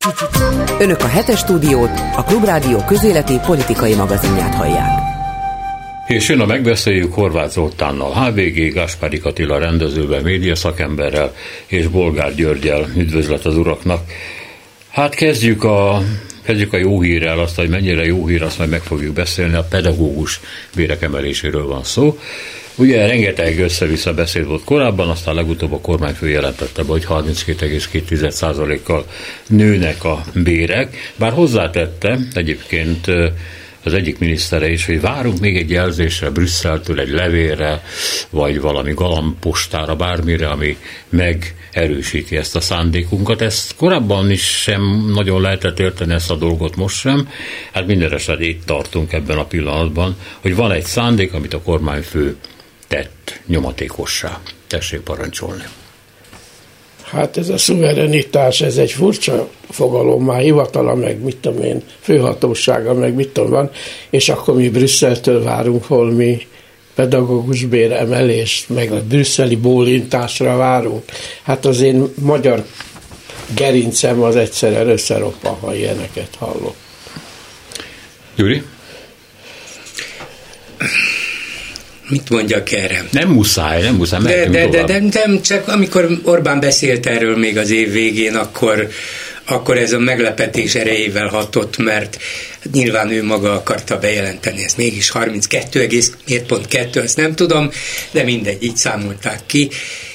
Önök a Hetes Stúdiót, a Klubrádió közéleti politikai magazinját hallják. És jön a megbeszéljük Horváth Zoltánnal, HVG, Gáspári Attila rendezővel, média szakemberrel és Bolgár Györgyel. Üdvözlet az uraknak! Hát kezdjük a jó hírrel, azt, hogy mennyire jó hír, azt majd meg fogjuk beszélni, a pedagógus bérek emeléséről van szó. Ugye rengeteg össze-vissza beszéd volt korábban, aztán legutóbb a kormányfő jelentette be, hogy 32,2%-kal nőnek a bérek, bár hozzátette egyébként az egyik minisztere is, hogy várunk még egy jelzésre Brüsszeltől, egy levélre, vagy valami galambpostára, bármire, ami megerősíti ezt a szándékunkat. Ezt korábban is sem nagyon lehetett érteni, ezt a dolgot, most sem. Hát minden esetre itt tartunk ebben a pillanatban, hogy van egy szándék, amit a kormányfő tett nyomatékossá. Tessék parancsolni. Hát ez a szuverenitás, ez egy furcsa fogalom, már hivatala, meg mit tudom én, főhatósága, meg mit tudom van, és akkor mi Brüsszeltől várunk holmi pedagógus béremelést, meg a brüsszeli bólintásra várunk. Hát az én magyar gerincem az egyszerűen összeroppan, ha ilyeneket hallok. Gyuri? Mit mondjak erre? Nem muszáj. De nem, csak amikor Orbán beszélt erről még az év végén, akkor ez a meglepetés erejével hatott, mert nyilván ő maga akarta bejelenteni, ez mégis 32,2, ezt nem tudom, de mindegy, így számolták ki,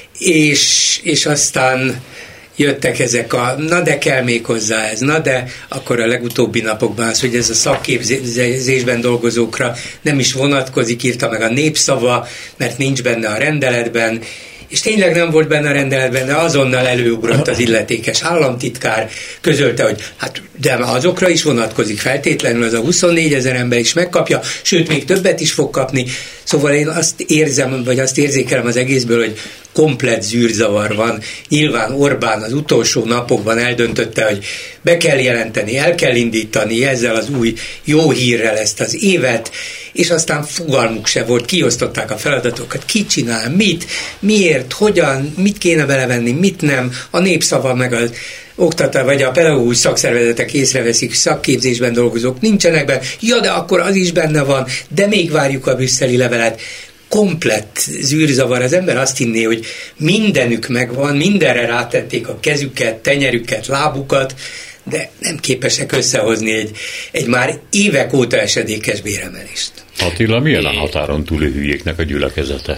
és aztán jöttek ezek na de kell még hozzá ez, na de akkor a legutóbbi napokban az, hogy ez a szakképzésben dolgozókra nem is vonatkozik, írta meg a Népszava, mert nincs benne a rendeletben, és tényleg nem volt benne a rendeletben, de azonnal előugrott az illetékes államtitkár, közölte, hogy hát de azokra is vonatkozik feltétlenül, az a 24 000 ember is megkapja, sőt még többet is fog kapni. Szóval én azt érzem, vagy azt érzékelem az egészből, hogy komplett zűrzavar van. Nyilván Orbán az utolsó napokban eldöntötte, hogy be kell jelenteni, el kell indítani ezzel az új jó hírrel ezt az évet, és aztán fogalmuk se volt, kiosztották a feladatokat, ki csinál, mit, miért, hogyan, mit kéne belevenni, mit nem, a Népszava meg az oktató vagy a pedagógus szakszervezetek észreveszik, szakképzésben dolgozók nincsenek benne, ja, de akkor az is benne van, de még várjuk a brüsszeli levelet. Komplett zűrzavar, az ember azt hinné, hogy mindenük megvan, mindenre rátették a kezüket, tenyerüket, lábukat, de nem képesek összehozni egy már évek óta esedékes béremelést. Attila, milyen a határon túli hülyéknek a gyülekezete?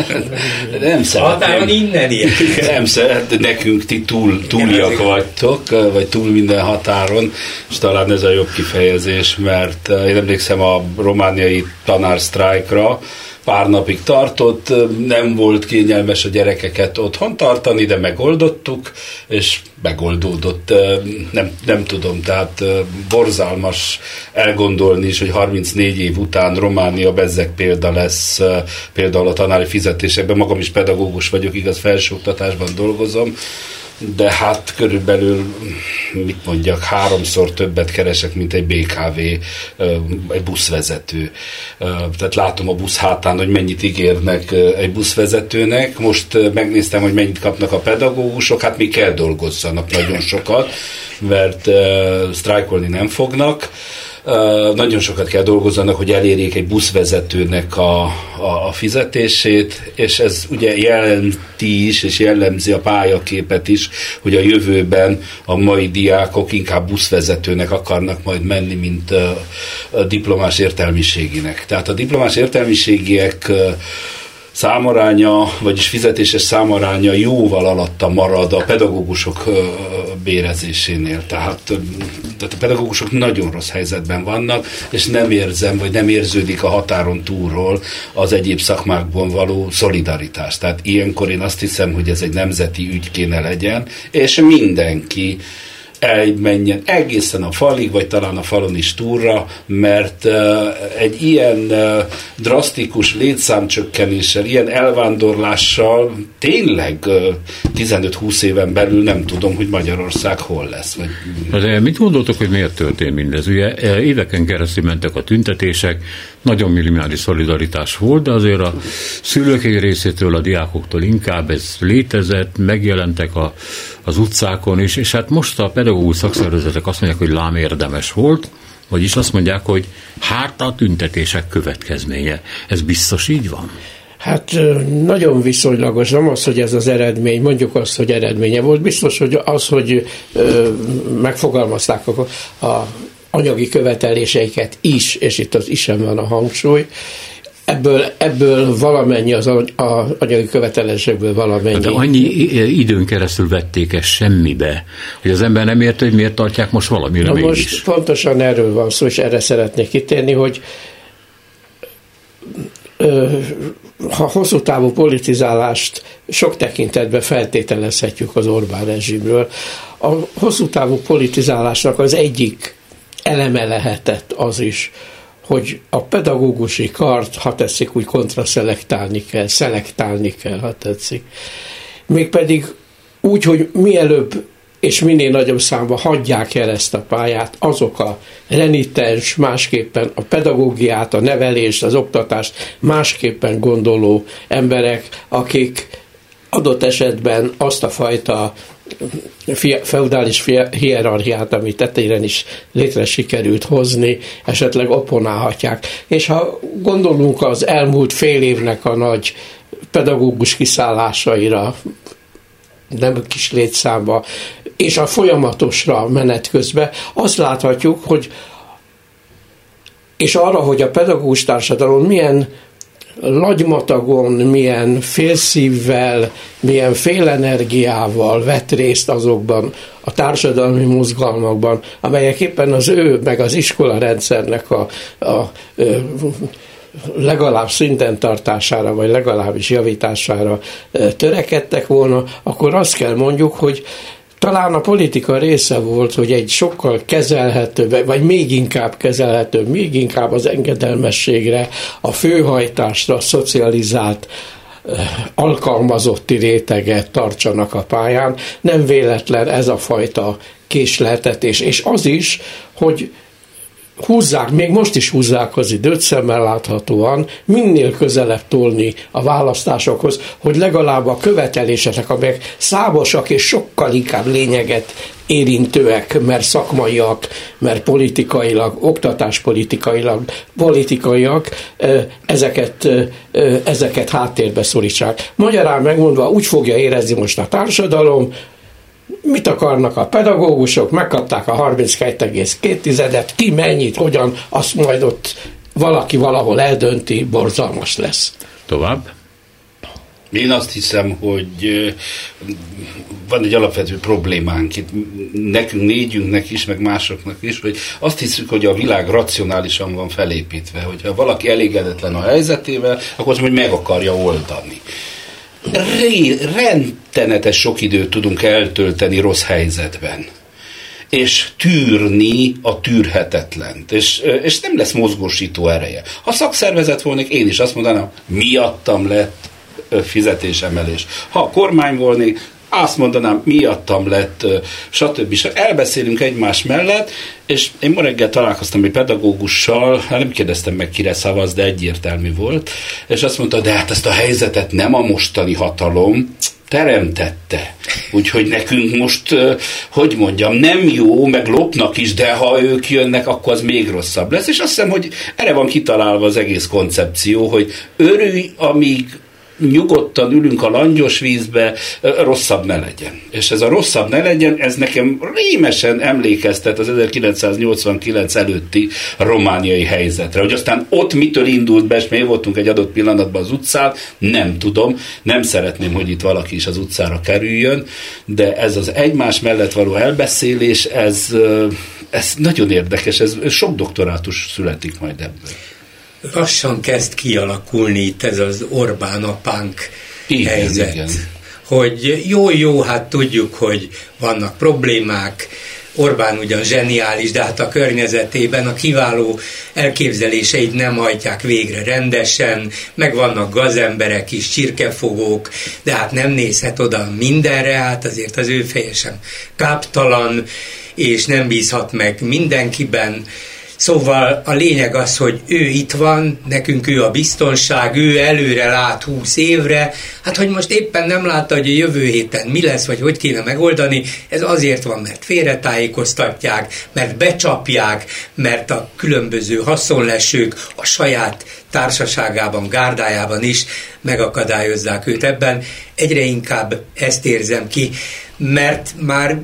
Nem határon innen ilyen. Nem szeret, nekünk ti túliak vagytok, vagy túl minden határon, és talán ez a jobb kifejezés, mert én emlékszem a romániai tanársztrájkra, pár napig tartott, nem volt kényelmes a gyerekeket otthon tartani, de megoldottuk, és megoldódott, nem tudom, tehát borzalmas elgondolni is, hogy 34 év után Románia bezzeg példa lesz, például a tanári fizetésekben, magam is pedagógus vagyok, igaz, felsőoktatásban dolgozom, de hát körülbelül, mit mondjak, 3-szor többet keresek, mint egy BKV, egy buszvezető. Tehát látom a busz hátán, hogy mennyit ígérnek egy buszvezetőnek. Most megnéztem, hogy mennyit kapnak a pedagógusok, hát még kell dolgozzanak nagyon sokat, mert sztrájkolni nem fognak. Nagyon sokat kell dolgozzanak, hogy elérjék egy buszvezetőnek a fizetését, és ez ugye jelenti is, és jellemzi a pályaképet is, hogy a jövőben a mai diákok inkább buszvezetőnek akarnak majd menni, mint a diplomás értelmiséginek. Tehát a diplomás értelmiségiek számaránya, vagyis fizetéses számaránya jóval alatta marad a pedagógusok bérezésénél. Tehát a pedagógusok nagyon rossz helyzetben vannak, és nem érzem, vagy nem érződik a határon túlról az egyéb szakmákban való szolidaritás. Tehát ilyenkor én azt hiszem, hogy ez egy nemzeti ügy kéne legyen, és mindenki elmenjen egészen a falig, vagy talán a falon is túlra, mert egy ilyen drasztikus létszámcsökkenéssel, ilyen elvándorlással tényleg 15-20 éven belül nem tudom, hogy Magyarország hol lesz. De mit gondoltok, hogy miért történt mindez? Ugye éveken keresztül mentek a tüntetések, nagyon minimális szolidaritás volt, de azért a szülők egy részétől, a diákoktól inkább ez létezett, megjelentek a az utcákon is, és hát most a pedagógus szakszervezetek azt mondják, hogy lám érdemes volt, vagyis azt mondják, hogy hát a tüntetések következménye. Ez biztos így van? Hát nagyon viszonylagos, nem az, hogy ez az eredmény, mondjuk azt, hogy eredménye volt, biztos, hogy az, hogy megfogalmazták a anyagi követeléseiket is, és itt az isen van a hangsúly, ebből valamennyi az anyagi követelésekből valamennyi. De annyi időn keresztül vették ezt semmibe, hogy az ember nem érte, hogy miért tartják most valamire mégis. Most pontosan erről van szó, és erre szeretnék kitérni, hogy ha hosszú távú politizálást sok tekintetben feltételezhetjük az Orbán rezsimről, a hosszú távú politizálásnak az egyik eleme lehetett az is, hogy a pedagógusi kart, ha tetszik, úgy kontraszelektálni kell, szelektálni kell, ha tetszik. Mégpedig úgy, hogy mielőbb és minél nagyobb számban hagyják el ezt a pályát azok a renitens, másképpen a pedagógiát, a nevelést, az oktatást másképpen gondoló emberek, akik adott esetben azt a fajta feudális hierarchiát, amit tetején is létre sikerült hozni, esetleg opponálhatják. És ha gondolunk az elmúlt fél évnek a nagy pedagógus kiszállásaira, nem kis létszámba, és a folyamatosra menet közben, azt láthatjuk, hogy és arra, hogy a pedagógus társadalom milyen lagymatagon, milyen félszívvel, milyen félenergiával vett részt azokban a társadalmi mozgalmakban, amelyek éppen az ő, meg az iskola rendszernek a legalább szinten tartására, vagy legalábbis javítására törekedtek volna, akkor azt kell mondjuk, hogy talán a politika része volt, hogy egy sokkal kezelhetőbb, vagy még inkább kezelhetőbb, még inkább az engedelmességre, a főhajtásra, a szocializált alkalmazotti réteget tartsanak a pályán. Nem véletlen ez a fajta késleltetés. És az is, hogy húzzák, még most is húzzák az időt szemmel láthatóan, minél közelebb tolni a választásokhoz, hogy legalább a követelések, amelyek számosak és sokkal inkább lényeget érintőek, mert szakmaiak, mert politikailag, politikaiak, ezeket háttérbe szorítsák. Magyarán megmondva úgy fogja érezni most a társadalom, mit akarnak a pedagógusok, megkapták a 32,2-et, ki mennyit, hogyan, azt majd ott valaki valahol eldönti, borzalmas lesz. Tovább? Én azt hiszem, hogy van egy alapvető problémánk itt, nekünk négyünknek is, meg másoknak is, hogy azt hiszük, hogy a világ racionálisan van felépítve, hogyha valaki elégedetlen a helyzetével, akkor azt mondja, hogy meg akarja oldani. Rettenetes sok időt tudunk eltölteni rossz helyzetben, és tűrni a tűrhetetlent, és nem lesz mozgósító ereje. Ha szakszervezet volnék, én is azt mondanám, miattam lett fizetésemelés. Ha a kormány volnék, azt mondanám, miattam lett, stb. Elbeszélünk egymás mellett, és én ma reggel találkoztam egy pedagógussal, nem kérdeztem meg, kire szavaz, de egyértelmű volt, és azt mondta, de hát ezt a helyzetet nem a mostani hatalom teremtette. Úgyhogy nekünk most, hogy mondjam, nem jó, meg lopnak is, de ha ők jönnek, akkor az még rosszabb lesz. És azt hiszem, hogy erre van kitalálva az egész koncepció, hogy örülj, amíg nyugodtan ülünk a langyos vízbe, rosszabb ne legyen. És ez a rosszabb ne legyen, ez nekem rémesen emlékeztet az 1989 előtti romániai helyzetre. Hogy aztán ott mitől indult be, és miért voltunk egy adott pillanatban az utcán, nem tudom, nem szeretném, hogy itt valaki is az utcára kerüljön, de ez az egymás mellett való elbeszélés, ez nagyon érdekes, ez sok doktorátus születik majd ebből. Lassan kezd kialakulni itt ez az Orbán apánk helyzet. Igen. Hogy jó, hát tudjuk, hogy vannak problémák, Orbán ugyan zseniális, de hát a környezetében a kiváló elképzeléseit nem hajtják végre rendesen, meg vannak gazemberek is, csirkefogók, de hát nem nézhet oda mindenre, hát azért az ő feje sem káptalan, és nem bízhat meg mindenkiben. Szóval a lényeg az, hogy ő itt van, nekünk ő a biztonság, ő előre lát 20 évre, hát hogy most éppen nem látta, hogy a jövő héten mi lesz, vagy hogy kéne megoldani, ez azért van, mert félretájékoztatják, mert becsapják, mert a különböző haszonlesők a saját társaságában, gárdájában is megakadályozzák őt ebben. Egyre inkább ezt érzem ki, mert már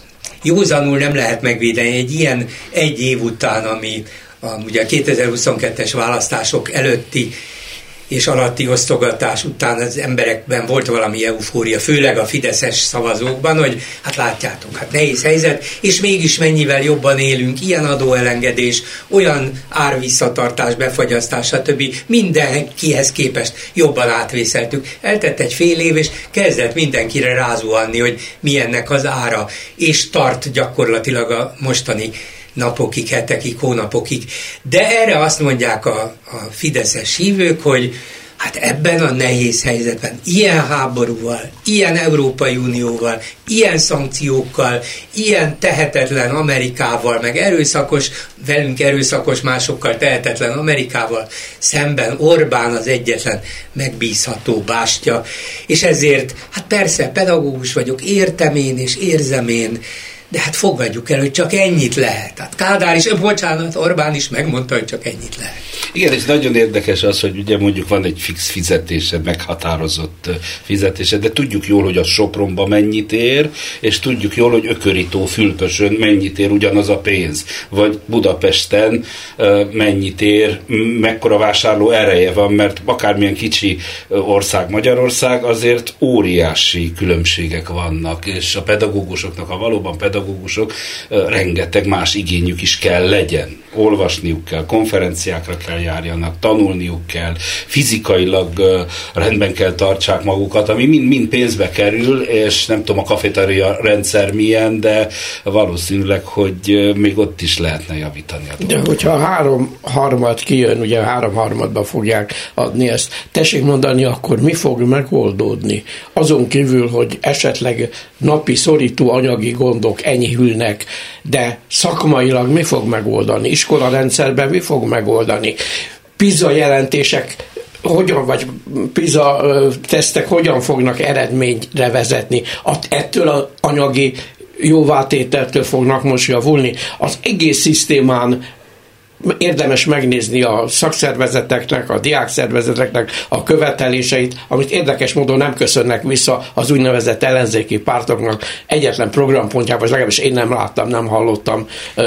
józanul nem lehet megvédeni egy ilyen egy év után, ami ugye a 2022-es választások előtti és alatti osztogatás után az emberekben volt valami eufória, főleg a fideszes szavazókban, hogy hát látjátok, hát nehéz helyzet, és mégis mennyivel jobban élünk, ilyen adóelengedés, olyan árvisszatartás, befagyasztás, stb. Mindenkihez képest jobban átvészeltük. Eltett egy fél év, és kezdett mindenkire rázuhanni, hogy milyennek az ára, és tart gyakorlatilag a mostani napokig, hetekig, hónapokig. De erre azt mondják a fideszes hívők, hogy hát ebben a nehéz helyzetben, ilyen háborúval, ilyen Európai Unióval, ilyen szankciókkal, ilyen tehetetlen Amerikával, meg velünk erőszakos, másokkal tehetetlen Amerikával szemben Orbán az egyetlen megbízható bástya. És ezért, hát persze, pedagógus vagyok, értem én és érzem én, de hát fogadjuk el, hogy csak ennyit lehet. Hát Kádár is, Orbán is megmondta, hogy csak ennyit lehet. Igen, és nagyon érdekes az, hogy ugye mondjuk van egy fix fizetésed, meghatározott fizetésed, de tudjuk jól, hogy a Sopronban mennyit ér, és tudjuk jól, hogy Ökörító, Fülkösön mennyit ér ugyanaz a pénz, vagy Budapesten mennyit ér, mekkora vásárló ereje van, mert akármilyen kicsi ország Magyarország, azért óriási különbségek vannak, és a pedagógusoknak, ha valóban pedagógusok, rengeteg más igényük is kell legyen. Olvasniuk kell, konferenciákra kell járjanak, tanulniuk kell, fizikailag rendben kell tartsák magukat, ami mind pénzbe kerül, és nem tudom a kafetéria rendszer milyen, de valószínűleg, hogy még ott is lehetne javítani a dolgot. De hogyha 3/3 kijön, ugye 3/3 fogják adni ezt, tessék mondani, akkor mi fog megoldódni? Azon kívül, hogy esetleg napi szorító anyagi gondok enyhülnek, de szakmailag mi fog megoldani? Iskolarendszerben mi fog megoldani? PISA jelentések hogyan, vagy PISA tesztek hogyan fognak eredményre vezetni? Ettől az anyagi jóvátételtől fognak most javulni. Az egész szisztémán érdemes megnézni a szakszervezeteknek, a diákszervezeteknek a követeléseit, amit érdekes módon nem köszönnek vissza az úgynevezett ellenzéki pártoknak egyetlen programpontjában, és legalábbis én nem láttam, nem hallottam,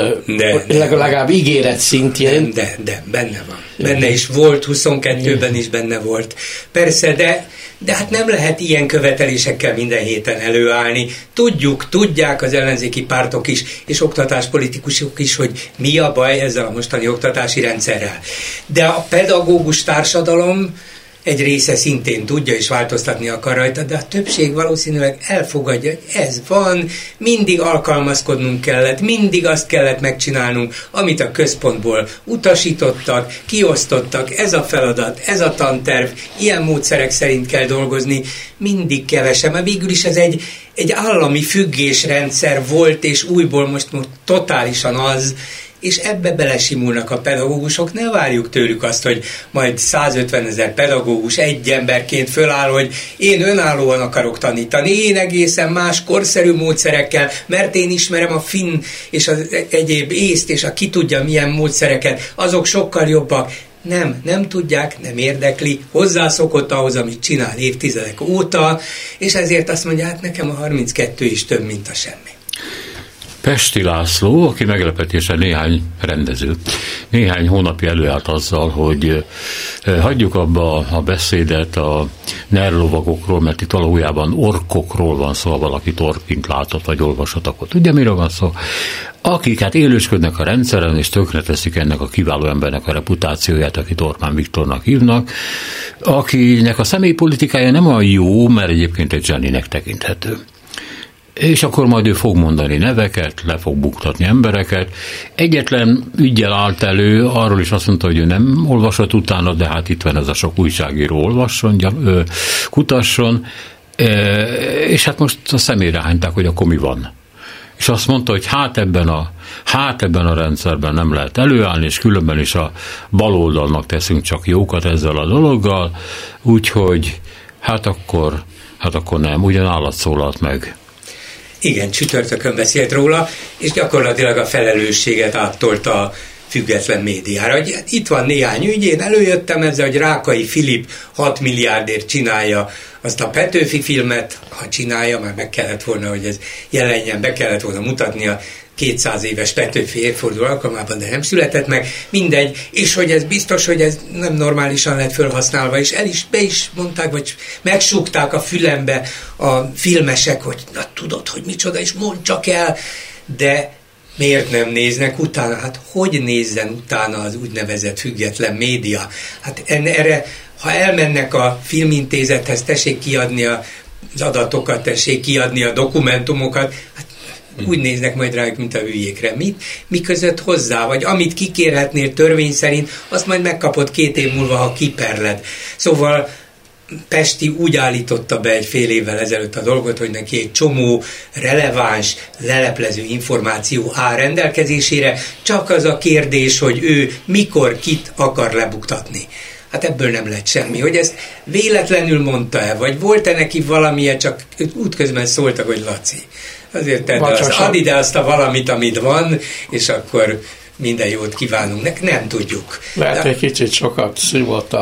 legalább ígéret szintjén. De benne van. Benne is volt, 22-ben is benne volt. Persze, de hát nem lehet ilyen követelésekkel minden héten előállni. Tudják az ellenzéki pártok is, és oktatáspolitikusok is, hogy mi a baj ezzel a mostani oktatási rendszerrel. De a pedagógus társadalom egy része szintén tudja és változtatni akar rajta, de a többség valószínűleg elfogadja, hogy ez van, mindig alkalmazkodnunk kellett, mindig azt kellett megcsinálnunk, amit a központból utasítottak, kiosztottak, ez a feladat, ez a tanterv, ilyen módszerek szerint kell dolgozni, mindig kevesebb, mert végül is ez egy állami függésrendszer volt, és újból most totálisan az, és ebbe belesimulnak a pedagógusok. Ne várjuk tőlük azt, hogy majd 150 000 pedagógus egy emberként föláll, hogy én önállóan akarok tanítani, én egészen más korszerű módszerekkel, mert én ismerem a finn és az egyéb észt, és a ki tudja milyen módszereket, azok sokkal jobbak. Nem tudják, nem érdekli, hozzászokott ahhoz, amit csinál évtizedek óta, és ezért azt mondja, hát nekem a 32 is több, mint a semmi. Pesti László, aki meglepetésen néhány hónapja előállt azzal, hogy hagyjuk abba a beszédet a nerlovagokról, mert itt valójában orkokról van szó, ha valaki orkint látott vagy olvasott, akkor tudja, miről van szó. Akik hát élősködnek a rendszeren, és tönkreteszik ennek a kiváló embernek a reputációját, akit Orbán Viktornak hívnak, akinek a személypolitikája nem olyan jó, mert egyébként egy zseninek tekinthető. És akkor majd ő fog mondani neveket, le fog buktatni embereket. Egyetlen üggyel állt elő, arról is azt mondta, hogy ő nem olvasott utána, de hát itt van ez a sok újságíró, olvasson, kutasson, és hát most a szemére hányták, hogy akkor mi van. és azt mondta, hogy hát ebben a rendszerben nem lehet előállni, és különben is a baloldalnak teszünk csak jókat ezzel a dologgal, úgyhogy hát akkor nem, ugyan állat szólalt meg. Igen, csütörtökön beszélt róla, és gyakorlatilag a felelősséget áttolta a független médiára. Itt van néhány ügy, én előjöttem ezzel, hogy Rákai Filip 6 milliárdért csinálja azt a Petőfi filmet, ha csinálja, már meg kellett volna, hogy ez jelenjen, be kellett volna mutatni a 200 éves Petőfi évforduló alkalmában, de nem született meg, mindegy, és hogy ez biztos, hogy ez nem normálisan lett felhasználva, és be is mondták, vagy megsúgták a fülembe a filmesek, hogy na tudod, hogy micsoda, és mondd csak el, de miért nem néznek utána? Hát hogy nézzen utána az úgynevezett független média? Hát erre, ha elmennek a Filmintézethez, tessék kiadni az adatokat, tessék kiadni a dokumentumokat, hát úgy néznek majd rájuk, mint a hülyékre. Mi között hozzá? Vagy amit kikérhetnél törvény szerint, azt majd megkapod 2 év múlva, ha kiperled. Szóval Pesti úgy állította be egy fél évvel ezelőtt a dolgot, hogy neki egy csomó releváns, leleplező információ áll rendelkezésére, csak az a kérdés, hogy ő mikor kit akar lebuktatni. Hát ebből nem lett semmi. Hogy ezt véletlenül mondta-e, vagy volt-e neki valamilyen, csak útközben szóltak, hogy Laci, azért add ide azt a valamit, amit van, és akkor minden jót kívánunk. Nem tudjuk. Lehet, egy kicsit sokat szívott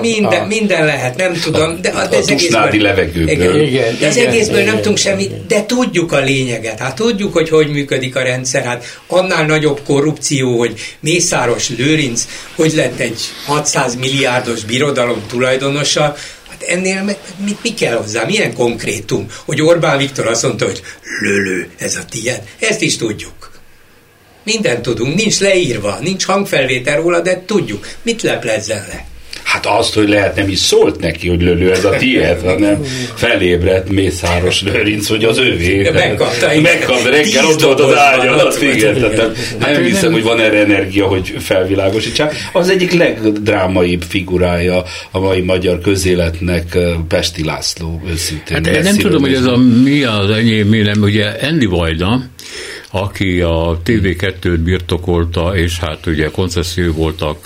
minden lehet, nem tudom. De a tusnádi levegőből. Igen, az egészből nem tudunk semmit, de tudjuk a lényeget. Hát tudjuk, hogy működik a rendszer. Hát annál nagyobb korrupció, hogy Mészáros Lőrinc, hogy lett egy 600 milliárdos birodalom tulajdonosa, hát ennél mi kell hozzá? Milyen konkrétum? Hogy Orbán Viktor azt mondta, hogy lölő, ez a tiéd. Ezt is tudjuk. Mindent tudunk, nincs leírva, nincs hangfelvétel róla, de tudjuk. Mit leplezzen le? Hát azt, hogy lehet nem is szólt neki, hogy lölő ez a tiéd, hanem felébredt Mészáros Lőrinc, hogy az övé. Megkapta reggel, ott volt az ágy alatt, nem hiszem, hogy van erre energia, hogy felvilágosítsák. Az egyik legdrámaibb figurája a mai magyar közéletnek Pesti László, őszintén. Hát nem tudom, hogy ez mi az enyém, mi nem, ugye Andy Vajda, aki a TV2-t birtokolta, és hát ugye koncesszió voltak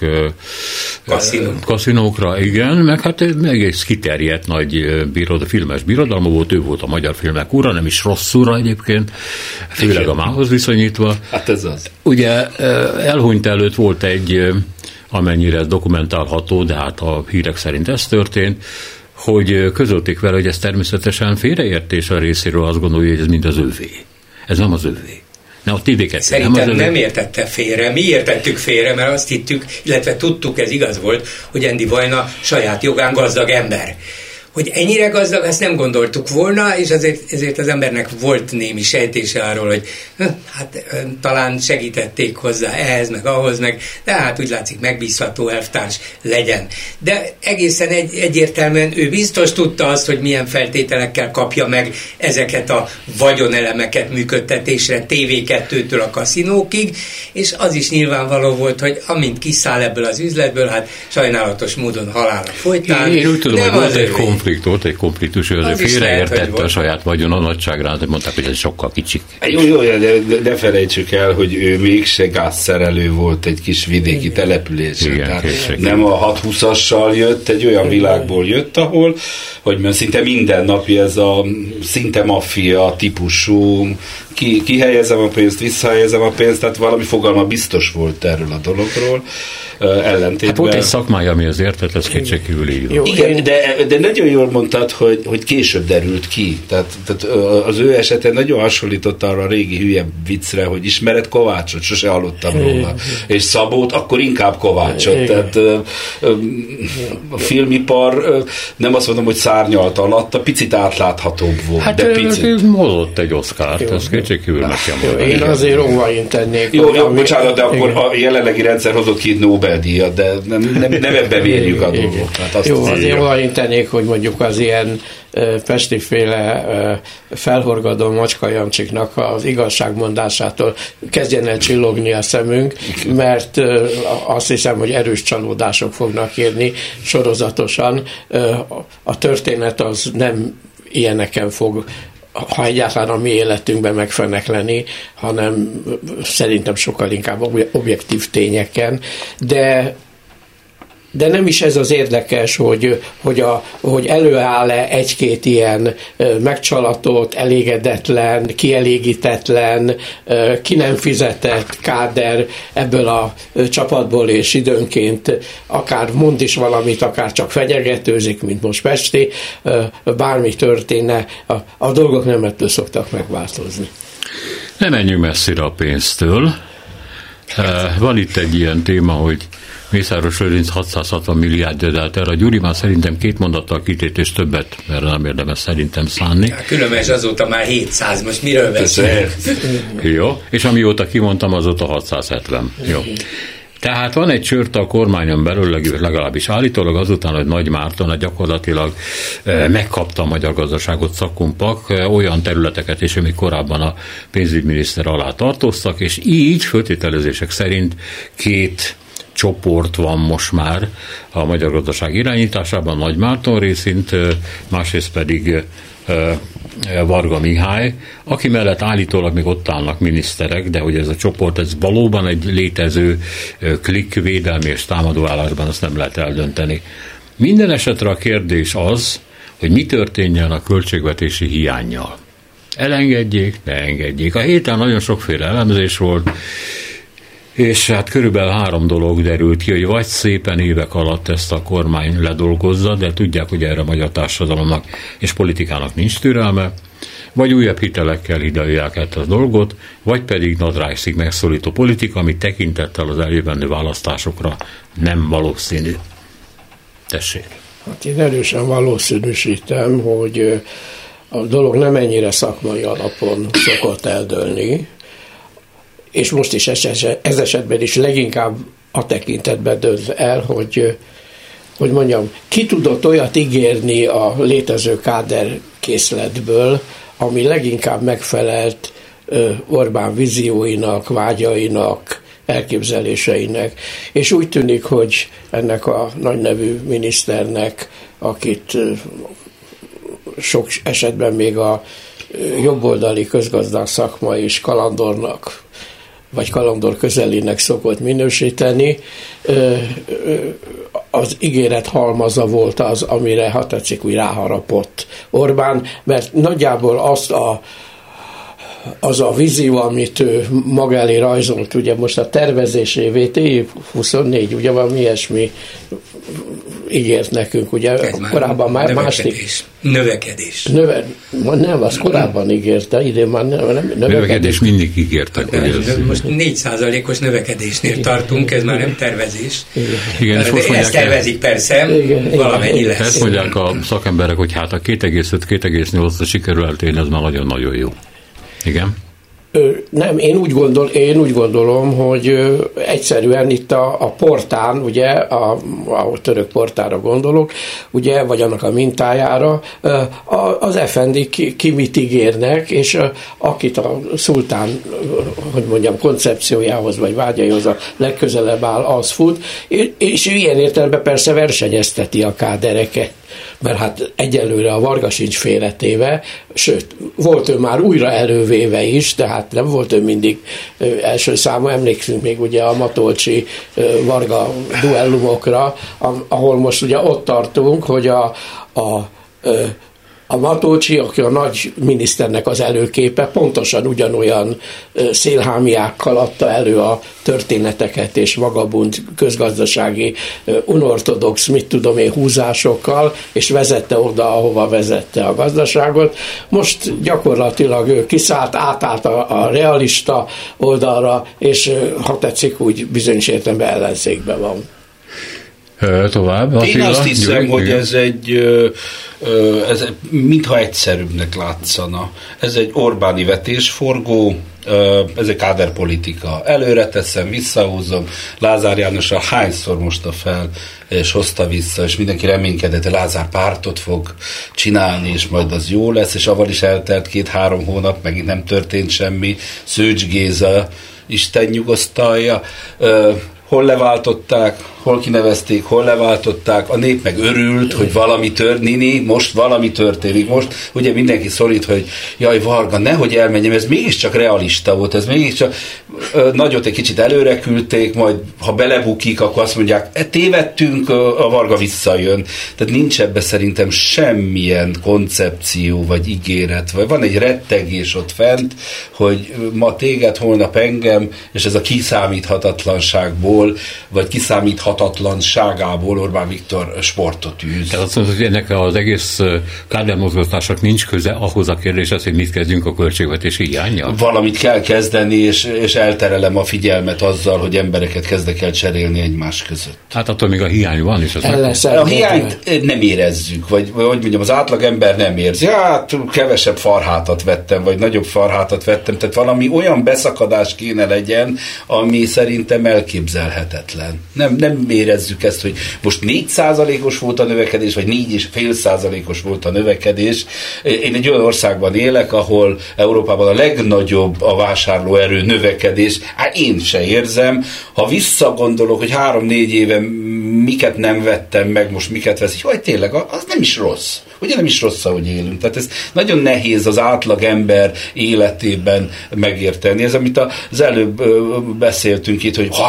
kaszinókra, igen, meg hát egész kiterjedt nagy filmes birodalma volt, ő volt a magyar filmek ura, nem is rossz ura egyébként, főleg a mához viszonyítva. Hát ez az. Ugye elhunyt előtt volt egy, amennyire ez dokumentálható, de hát a hírek szerint ez történt, hogy közölték vele, hogy ez természetesen félreértés a részéről, azt gondolja, hogy ez mind az övé. Ez nem az övé. Szerintem nem értette félre. Mi értettük félre, mert azt hittük, illetve tudtuk, ez igaz volt, hogy Andy Vajna saját jogán gazdag ember. Hogy ennyire gazdag, ezt nem gondoltuk volna, és ezért az embernek volt némi sejtése arról, hogy hát talán segítették hozzá ehhez, meg ahhoz, meg, de hát úgy látszik megbízható elvtárs legyen. De egészen egyértelműen ő biztos tudta azt, hogy milyen feltételekkel kapja meg ezeket a vagyonelemeket működtetésre TV2-től a kaszinókig, és az is nyilvánvaló volt, hogy amint kiszáll ebből az üzletből, hát sajnálatos módon halálra folytán. Én úgy tudom, hogy volt egy konfliktus, hogy azért félreértette a saját vagyona nagyságrát, hogy mondták, hogy ez sokkal kicsik. Jó, de ne felejtsük el, hogy ő mégse gázszerelő volt egy kis vidéki településen. Nem a 620-assal jött, egy olyan világból jött, ahol, hogy szinte mindennapi ez a szinte maffia típusú, kihelyezem a pénzt, visszahelyezem a pénzt, tehát valami fogalma biztos volt erről a dologról. Ellentétben. Hát volt egy szakmája, ami az értet, ez kétségkívül így van. Igen, de nagyon jól mondtad, hogy később derült ki. Tehát az ő esete nagyon hasonlított arra a régi hülye viccre, hogy ismered Kovácsot, sose hallottam róla. És Szabót, akkor inkább Kovácsot. Tehát a filmipar, nem azt mondom, hogy szárnyalt alatta, picit átláthatóbb volt. Hát de picit. Hozott egy Oszkárt, ez kétségkívül meg kell mondani. Én azért óvaint tennék. Jó, bocsánat, de akkor a jelenlegi rendszer hozott ki Nobel-díjat, de nem ebben mérjük a dolgot. Hát jó, azért óvaintenék, hogy mondjuk az ilyen pestiféle felhorgadó macskajancsiknak az igazságmondásától kezdjen el csillogni a szemünk, mert azt hiszem, hogy erős csalódások fognak érni sorozatosan. A történet az nem ilyeneken fog ha egyáltalán a mi életünkben megfenekleni, hanem szerintem sokkal inkább objektív tényeken, de nem is ez az érdekes, hogy előáll-e egy-két ilyen megcsalatott, elégedetlen, kielégítetlen, ki nem fizetett káder ebből a csapatból, és időnként akár mond is valamit, akár csak fenyegetőzik, mint most Pesti, bármi történne, a dolgok nem ettől szoktak megváltozni. Nem menjünk messzire a pénztől. Van itt egy ilyen téma, hogy Mészáros Lőrinc 660 milliárd delt el. A Gyuri már szerintem 2 mondattal kitét és többet, mert nem érdemes szerintem szánni. Különben azóta már 700, most miről beszélünk? Jó, és amióta kimondtam, azóta 670. Jó. Tehát van egy csörte a kormányon belül, legalábbis állítólag azután, hogy Nagy Márton gyakorlatilag megkapta a magyar gazdaságot Szakkumpak, olyan területeket is, amik korábban a pénzügyminiszter alá tartoztak, és így föltételezések szerint 2 csoport van most már a magyar gazdaság irányításában, Nagy Márton részint, másrészt pedig Varga Mihály, aki mellett állítólag még ott állnak miniszterek, de hogy ez a csoport, ez valóban egy létező klik védelmi és támadóállásban, azt nem lehet eldönteni. Minden esetre a kérdés az, hogy mi történjen a költségvetési hiánnyal. Elengedjék, ne engedjék. A héten nagyon sokféle elemzés volt, és hát körülbelül 3 dolog derült ki, hogy vagy szépen évek alatt ezt a kormány ledolgozza, de tudják, hogy erre a magyar társadalomnak és politikának nincs türelme, vagy újabb hitelekkel hidalják ezt a dolgot, vagy pedig nadrágszik megszólító politika, ami tekintettel az eljövendő választásokra nem valószínű. Tessék. Hát én erősen valószínűsítem, hogy a dolog nem ennyire szakmai alapon szokott eldőlni, és most is ez esetben is leginkább a tekintetben dönt el, hogy mondjam, ki tudott olyat ígérni a létező káderkészletből, ami leginkább megfelelt Orbán vízióinak, vágyainak, elképzeléseinek. És úgy tűnik, hogy ennek a nagynevű miniszternek, akit sok esetben még a jobboldali közgazdák szakma is kalandornak, vagy kalandor közelének szokott minősíteni, az ígéret halmaza volt az, amire, ha tetszik, úgy ráharapott Orbán, mert nagyjából az a vízió, amit ő maga elé rajzolt, ugye most a tervezés évét, év 24, ugye valami ilyesmi ígért nekünk, ugye korábban már Növekedés. Nem, az korábban ígérte, idén már nem. Növekedés mindig ígértek. Most 4%-os növekedésnél tartunk, ez már nem tervezés. Igen, ezt tervezik persze, valamennyi lesz. Ezt mondják a szakemberek, hogy hát a 2,5-2,8-ra sikerül eltérni, ez már nagyon-nagyon jó. Igen? Nem, én úgy gondolom, hogy egyszerűen itt a portán, ugye, a török portára gondolok, ugye, vagy annak a mintájára, az effendik ki mit ígérnek, és akit a szultán, hogy mondjam, koncepciójához, vagy vágyaihoz a legközelebb áll, az fut, és ilyen értelemben persze versenyezteti a kádereket. Mert hát egyelőre a Varga sincs félretéve, sőt, volt ő már újra elővéve is, tehát nem volt ő mindig első számú, emlékszünk még ugye a Matolcsi Varga duellumokra, ahol most ugye ott tartunk, hogy a Matolcsi, aki a nagy miniszternek az előképe, pontosan ugyanolyan szélhámiákkal adta elő a történeteket és vagabund közgazdasági unortodox, húzásokkal, és vezette oda, ahova vezette a gazdaságot. Most gyakorlatilag ő átállt a realista oldalra, és ha tetszik, úgy bizonyos értelemben ellenzékben van. Tovább. Én azt hiszem, hogy ez mintha egyszerűbbnek látszana. Ez egy Orbáni vetésforgó, ez egy káderpolitika. Előre teszem, visszahúzom. Lázár Jánossal hányszor mosta fel, és hozta vissza, és mindenki reménykedett, hogy Lázár pártot fog csinálni, és majd az jó lesz, és avval is eltelt 2-3 hónap, megint nem történt semmi. Szőcs Géza, Isten nyugosztalja. Hol leváltották, hol kinevezték, hol leváltották, a nép meg örült, hogy valami történik, most valami történik. Most ugye mindenki szorít, hogy jaj, Varga, nehogy elmenjem, ez mégiscsak realista volt, ez mégiscsak nagyot egy kicsit előre küldték, majd ha belebukik, akkor azt mondják, tévedtünk, a Varga visszajön. Tehát nincs ebbe szerintem semmilyen koncepció, vagy ígéret, vagy van egy rettegés ott fent, hogy ma téged, holnap engem, és ez a kiszámíthatatlanságból, vagy kiszámíthatatlanságából Orbán Viktor sportot űz. Tehát azt mondod, hogy ennek az egész kádármozgatásnak nincs köze ahhoz a kérdéshez, hogy mit kezdjünk a költségvetési hiánnyal? Valamit kell kezdeni, és elterelem a figyelmet azzal, hogy embereket kezdek el cserélni egymás között. Hát attól még a hiány van, és a hiányt nem érezzük, vagy hogy mondjam, az átlag ember nem érzi. Hát kevesebb farhátat vettem, vagy nagyobb farhátat vettem, tehát valami olyan beszakadás kéne legyen, ami szerintem elképzelhetetlen. Nem érezzük ezt, hogy most 4%-os volt a növekedés, vagy 4,5%-os volt a növekedés. Én egy olyan országban élek, ahol Európában a legnagyobb a vásárlóerő növekedés. Hát én se érzem. Ha visszagondolok, hogy 3-4 éve miket nem vettem meg, most miket veszik, hogy tényleg, az nem is rossz. Ugye nem is rossz, ahogy élünk. Tehát ez nagyon nehéz az átlag ember életében megérteni. Ez, amit az előbb beszéltünk itt, hogy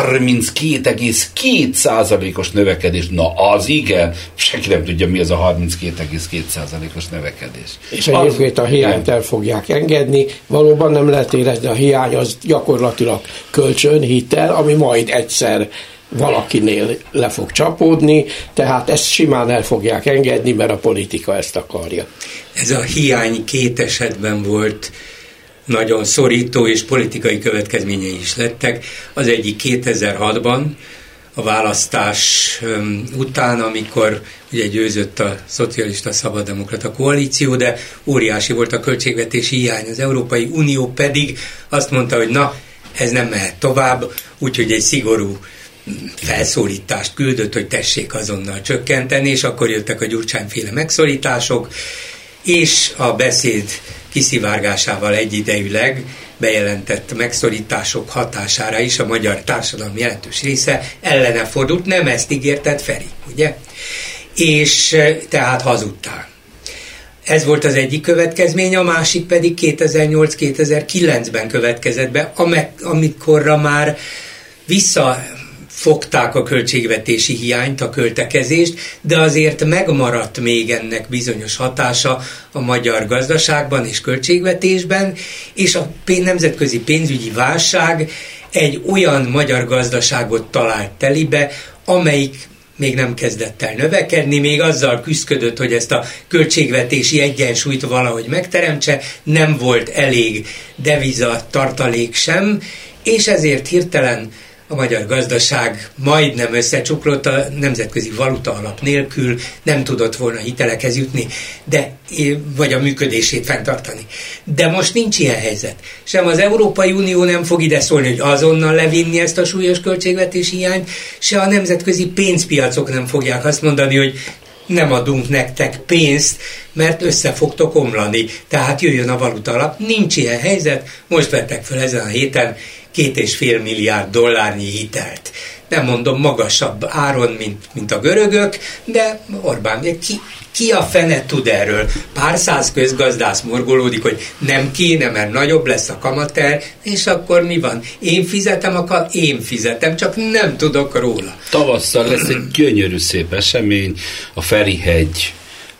32,2%-os növekedés. Na az igen. Senki nem tudja, mi az a 32,2%-os növekedés. És egyébként a hiányt el fogják engedni. Valóban nem lehet érezni, a hiány az gyakorlatilag kölcsön, hitel, ami majd egyszer valakinél le fog csapódni, tehát ezt simán el fogják engedni, mert a politika ezt akarja. Ez a hiány 2 esetben volt nagyon szorító, és politikai következményei is lettek. Az egyik 2006-ban, a választás után, amikor ugye győzött a szocialista szabaddemokrata koalíció, de óriási volt a költségvetési hiány. Az Európai Unió pedig azt mondta, hogy na, ez nem mehet tovább, úgyhogy egy szigorú felszólítást küldött, hogy tessék azonnal csökkenteni, és akkor jöttek a Gyurcsányféle megszorítások, és a beszéd kiszivárgásával egyidejűleg bejelentett megszorítások hatására is a magyar társadalom jelentős része ellene fordult. Nem ezt ígérted, Feri, ugye? És tehát hazudtál. Ez volt az egyik következmény, a másik pedig 2008-2009-ben következett be, amikorra már visszafogták a költségvetési hiányt, a költekezést, de azért megmaradt még ennek bizonyos hatása a magyar gazdaságban és költségvetésben, és a nemzetközi pénzügyi válság egy olyan magyar gazdaságot talált telibe, amelyik még nem kezdett el növekedni, még azzal küszködött, hogy ezt a költségvetési egyensúlyt valahogy megteremtse, nem volt elég deviza tartalék sem, és ezért hirtelen a magyar gazdaság majdnem összecsuklott, a nemzetközi valuta alap nélkül nem tudott volna hitelekhez jutni, vagy a működését fenntartani. De most nincs ilyen helyzet. Sem az Európai Unió nem fog ide szólni, hogy azonnal levinni ezt a súlyos költségvetési hiányt, se a nemzetközi pénzpiacok nem fogják azt mondani, hogy nem adunk nektek pénzt, mert össze fogtok omlani. Tehát jöjjön a valuta alap. Nincs ilyen helyzet. Most vettek fel ezen a héten $2,5 milliárd hitelt. Nem mondom magasabb áron, mint a görögök, de Orbán, ki a fene tud erről? Pár száz közgazdász morgolódik, hogy nem kéne, mert nagyobb lesz a kamater, és akkor mi van? Én fizetem, csak nem tudok róla. Tavasszal lesz egy gyönyörű szép esemény, a Ferihegy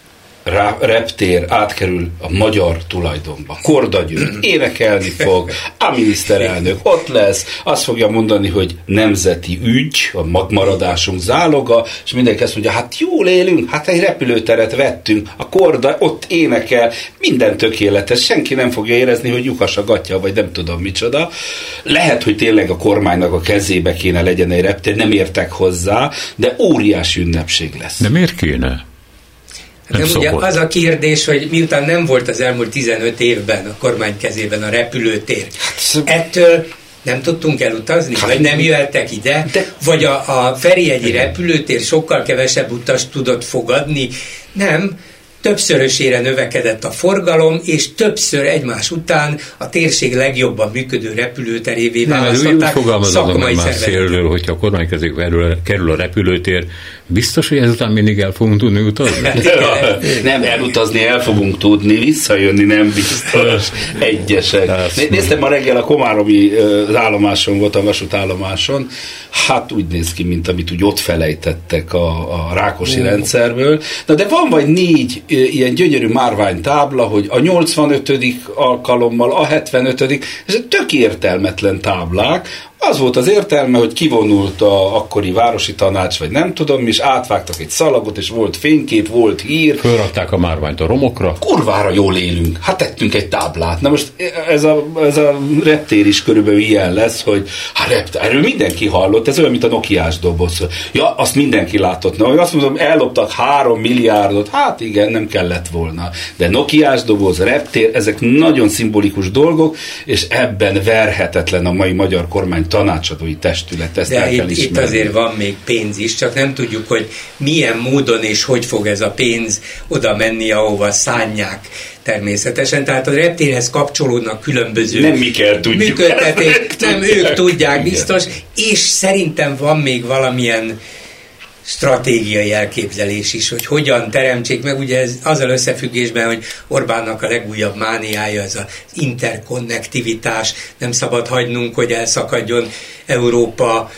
reptér átkerül a magyar tulajdonba. Korda György énekelni fog, a miniszterelnök ott lesz, azt fogja mondani, hogy nemzeti ügy, a magmaradásunk záloga, és mindenki azt mondja, hát jól élünk, hát egy repülőteret vettünk, a Korda ott énekel, minden tökéletes, senki nem fogja érezni, hogy lyukas a gatya, vagy nem tudom micsoda. Lehet, hogy tényleg a kormánynak a kezébe kéne legyen egy reptér, nem értek hozzá, de óriási ünnepség lesz. De miért kéne? Nem ugye az a kérdés, hogy miután nem volt az elmúlt 15 évben a kormány kezében a repülőtér, ettől nem tudtunk elutazni, vagy nem jöttek ide, vagy a Ferihegyi repülőtér sokkal kevesebb utast tudott fogadni, nem, többszörösére növekedett a forgalom, és többször egymás után a térség legjobban működő repülőterévé választották szakmai szervezetek. Hogyha a kormány kezébe kerül a repülőtér, biztos, hogy ezután mindig el fogunk tudni utazni? Nem, elutazni el fogunk tudni, visszajönni nem biztos. Egyesek. Néztem ma reggel a komáromi állomáson, volt a vasútállomáson, hát úgy néz ki, mint amit úgy ott felejtettek a Rákosi rendszerből. Na de van vagy 4 ilyen gyönyörű márványtábla, hogy a 85. alkalommal, a 75. ezek tök értelmetlen táblák. Az volt az értelme, hogy kivonult a akkori városi tanács, vagy nem tudom, és átvágtak egy szalagot, és volt fénykép, volt hír. Fölrakták a márványt a romokra. Kurvára jól élünk. Hát tettünk egy táblát. Na most ez a reptér is körülbelül ilyen lesz, hogy erről mindenki hallott, ez olyan, mint a Nokiás doboz. Ja, azt mindenki látott. Na, azt mondom, elloptak 3 milliárdot. Hát igen, nem kellett volna. De Nokiás doboz, reptér, ezek nagyon szimbolikus dolgok, és ebben verhetetlen a mai magyar kormány tanácsadói testület, ezt el kell ismerni. Itt azért van még pénz is, csak nem tudjuk, hogy milyen módon és hogy fog ez a pénz oda menni, ahova szánják természetesen. Tehát a reptérhez kapcsolódnak különböző nem mi kell tudjuk. Működtetés, nem ők tudják biztos, és szerintem van még valamilyen stratégiai elképzelés is, hogy hogyan teremtsék meg, ugye ez azzal összefüggésben, hogy Orbánnak a legújabb mániája ez az interkonnektivitás, nem szabad hagynunk, hogy elszakadjon Európa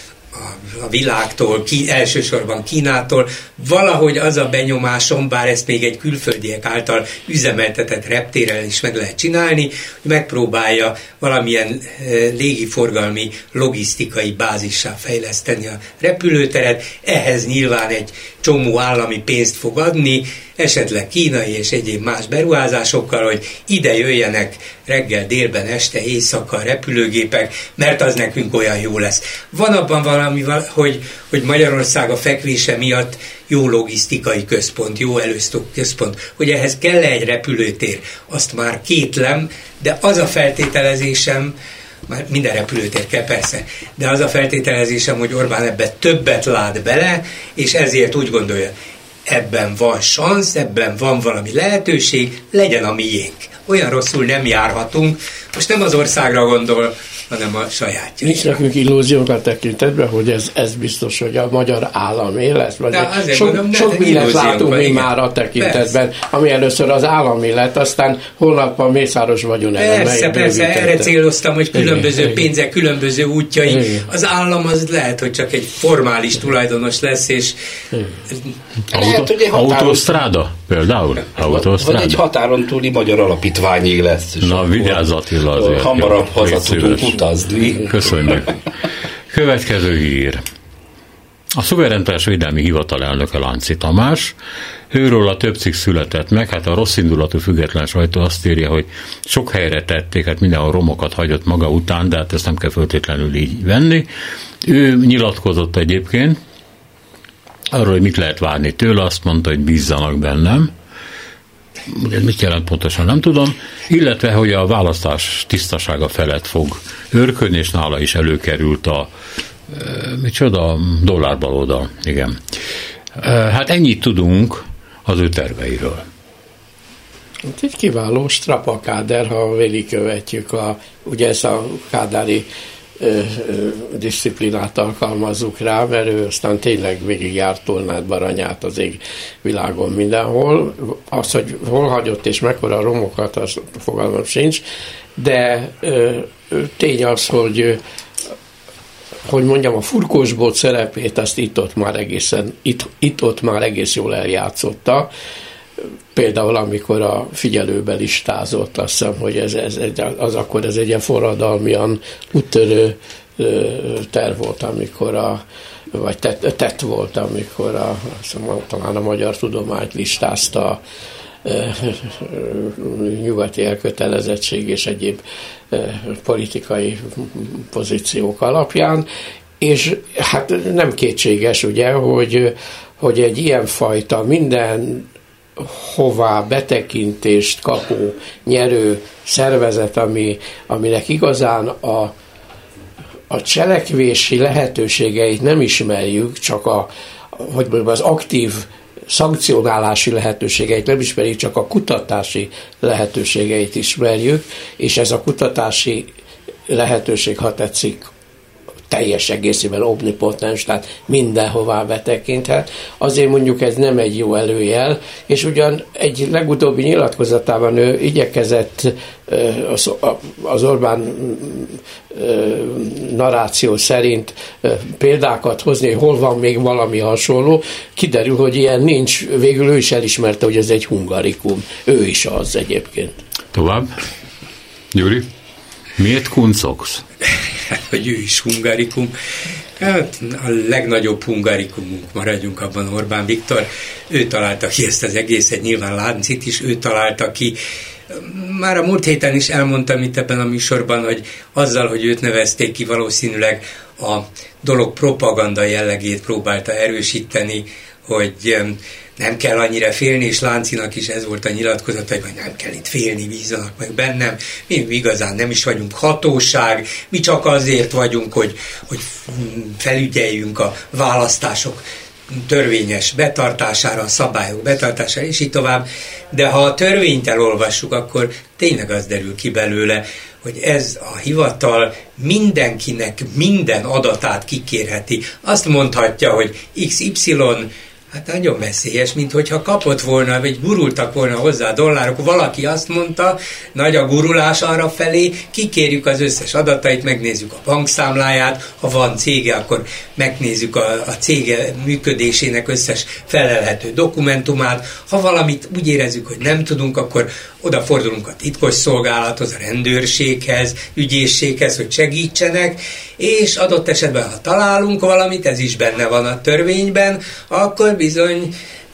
a világtól, elsősorban Kínától. Valahogy az a benyomásom, bár ezt még egy külföldiek által üzemeltetett reptérrel is meg lehet csinálni, hogy megpróbálja valamilyen légiforgalmi, logisztikai bázissá fejleszteni a repülőteret. Ehhez nyilván egy csomó állami pénzt fog adni, esetleg kínai és egyéb más beruházásokkal, hogy ide jöjjenek reggel, délben, este, éjszaka a repülőgépek, mert az nekünk olyan jó lesz. Van abban valami, hogy Magyarország a fekvése miatt jó logisztikai központ, jó elősztó központ, hogy ehhez kell egy repülőtér, azt már kétlem, de az a feltételezésem, már minden repülőtér kell persze, de az a feltételezésem, hogy Orbán ebbe többet lát bele, és ezért úgy gondolja, ebben van szansz, ebben van valami lehetőség, legyen a miénk. Olyan rosszul nem járhatunk, most nem az országra gondol, hanem a sajátja. Nincs nekünk illúziók a tekintetben, hogy ez biztos, hogy a magyar államé lesz. Sok mindent látunk mi már a tekintetben, persze. Ami először az állami lett, aztán holnap Mészáros vagyonelemek. Persze, erre céloztam, hogy különböző pénzek, különböző útjai. Igen. Az állam az lehet, hogy csak egy formális tulajdonos lesz, és autósztráda például? Vagy egy határon túli magyar alapítványé lesz. Na, vigyázz Attila azért. Hamarabb haza tudunk utazni. Köszönjük. Következő hír. A Szuverenitásvédelmi Hivatal elnöke Lánci Tamás, őről a több cikk született meg, hát a rosszindulatú független sajtó azt írja, hogy sok helyre tették, hát mindenhol romokat hagyott maga után, de hát ezt nem kell feltétlenül így venni. Ő nyilatkozott egyébként arról, hogy mit lehet várni tőle, azt mondta, hogy bízzanak bennem. Ez mit jelent pontosan, nem tudom. Illetve, hogy a választás tisztasága felett fog őrködni, és nála is előkerült a dollárbaloldal. Igen. Hát ennyit tudunk az ő terveiről. Egy kiváló strapakáder, ha végigkövetjük ugye ezt a kádári disziplinát alkalmazzuk rá, mert ő aztán tényleg végigjárt Tolnát, Baranyát az ég világon mindenhol. Az, hogy hol hagyott és mekkora romokat, az fogalmam sincs, de tény az, hogy mondjam, a furkósbot szerepét azt itt-ott már egész jól eljátszotta. Például, amikor a figyelőbe listázott, azt hiszem, hogy ez egy ilyen forradalmian úttörő terv volt, vagy tett volt, amikor talán a magyar tudományt listázta nyugati elkötelezettség és egyéb politikai pozíciók alapján, és hát nem kétséges, ugye, hogy egy ilyenfajta minden hová betekintést kapó, nyerő szervezet, aminek igazán a cselekvési lehetőségeit nem ismerjük, csak az aktív szankcionálási lehetőségeit nem ismerjük, csak a kutatási lehetőségeit ismerjük, és ez a kutatási lehetőség, ha tetszik, teljes egészében omnipotens, tehát mindenhová betekinthet. Azért mondjuk ez nem egy jó előjel, és ugyan egy legutóbbi nyilatkozatában ő igyekezett az Orbán narráció szerint példákat hozni, hol van még valami hasonló. Kiderül, hogy ilyen nincs. Végül ő is elismerte, hogy ez egy hungarikum. Ő is az egyébként. Tovább. Gyuri? Miért kuncogsz? Hogy ő is hungarikum. Hát a legnagyobb hungarikumunk, maradjunk abban, Orbán Viktor. Ő találta ki ezt az egészet, nyilván Láncit is ő találta ki. Már a múlt héten is elmondtam itt ebben a műsorban, hogy azzal, hogy őt nevezték ki, valószínűleg a dolog propaganda jellegét próbálta erősíteni, hogy nem kell annyira félni, és Láncinak is ez volt a nyilatkozata, hogy nem kell itt félni, bízzanak meg bennem, mi igazán nem is vagyunk hatóság, mi csak azért vagyunk, hogy felügyeljünk a választások törvényes betartására, a szabályok betartására, és így tovább. De ha a törvényt elolvassuk, akkor tényleg az derül ki belőle, hogy ez a hivatal mindenkinek minden adatát kikérheti. Azt mondhatja, hogy XY, hát nagyon veszélyes, mint hogyha kapott volna, vagy gurultak volna hozzá dollárok. Valaki azt mondta, nagy a gurulás arra felé, kikérjük az összes adatait, megnézzük a bankszámláját, ha van cége, akkor megnézzük a cége működésének összes felelhető dokumentumát. Ha valamit úgy érezzük, hogy nem tudunk, akkor odafordulunk a titkos szolgálathoz, a rendőrséghez, ügyészséghez, hogy segítsenek, és adott esetben, ha találunk valamit, ez is benne van a törvényben, akkor bizony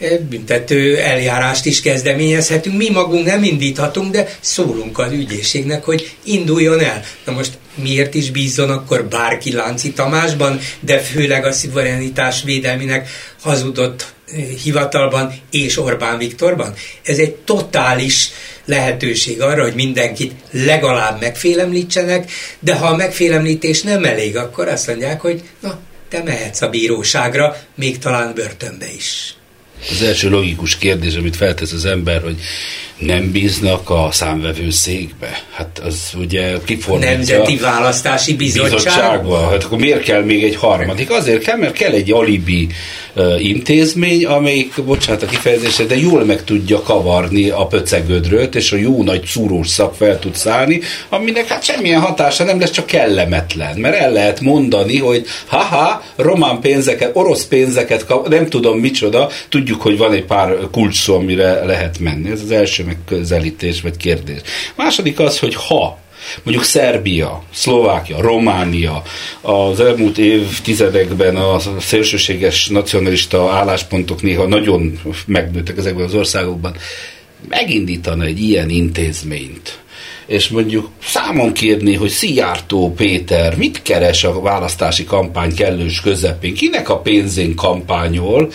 büntető eljárást is kezdeményezhetünk. Mi magunk nem indíthatunk, de szólunk az ügyészségnek, hogy induljon el. Na most miért is bízzon akkor bárki Lánci Tamásban, de főleg a szuverenitás védelminek hazudott hivatalban és Orbán Viktorban? Ez egy totális lehetőség arra, hogy mindenkit legalább megfélemlítsenek, de ha a megfélemlítés nem elég, akkor azt mondják, hogy na, te mehetsz a bíróságra, még talán börtönbe is. Az első logikus kérdés, amit feltesz az ember, hogy nem bíznak a számvevőszékbe. Hát az ugye kifordítja... Nemzeti Választási Bizottságba. Hát akkor miért kell még egy harmadik? Azért kell, mert kell egy alibi intézmény, amelyik, bocsánat a kifejezésre, de jól meg tudja kavarni a pöcegödröt, és a jó nagy szúrós szak fel tud szállni, aminek hát semmilyen hatása nem lesz, csak kellemetlen. Mert el lehet mondani, hogy haha, román pénzeket, orosz pénzeket kap, nem tudom micsoda, tudjuk, hogy van egy pár kulcsszó, amire lehet menni. Ez az első megközelítés vagy kérdés. Második az, hogy ha mondjuk Szerbia, Szlovákia, Románia az elmúlt évtizedekben a szélsőséges nacionalista álláspontok néha nagyon megnőttek ezekben az országokban, megindítana egy ilyen intézményt, és mondjuk számon kérni, hogy Szijjártó Péter mit keres a választási kampány kellős közepén, kinek a pénzén kampányol,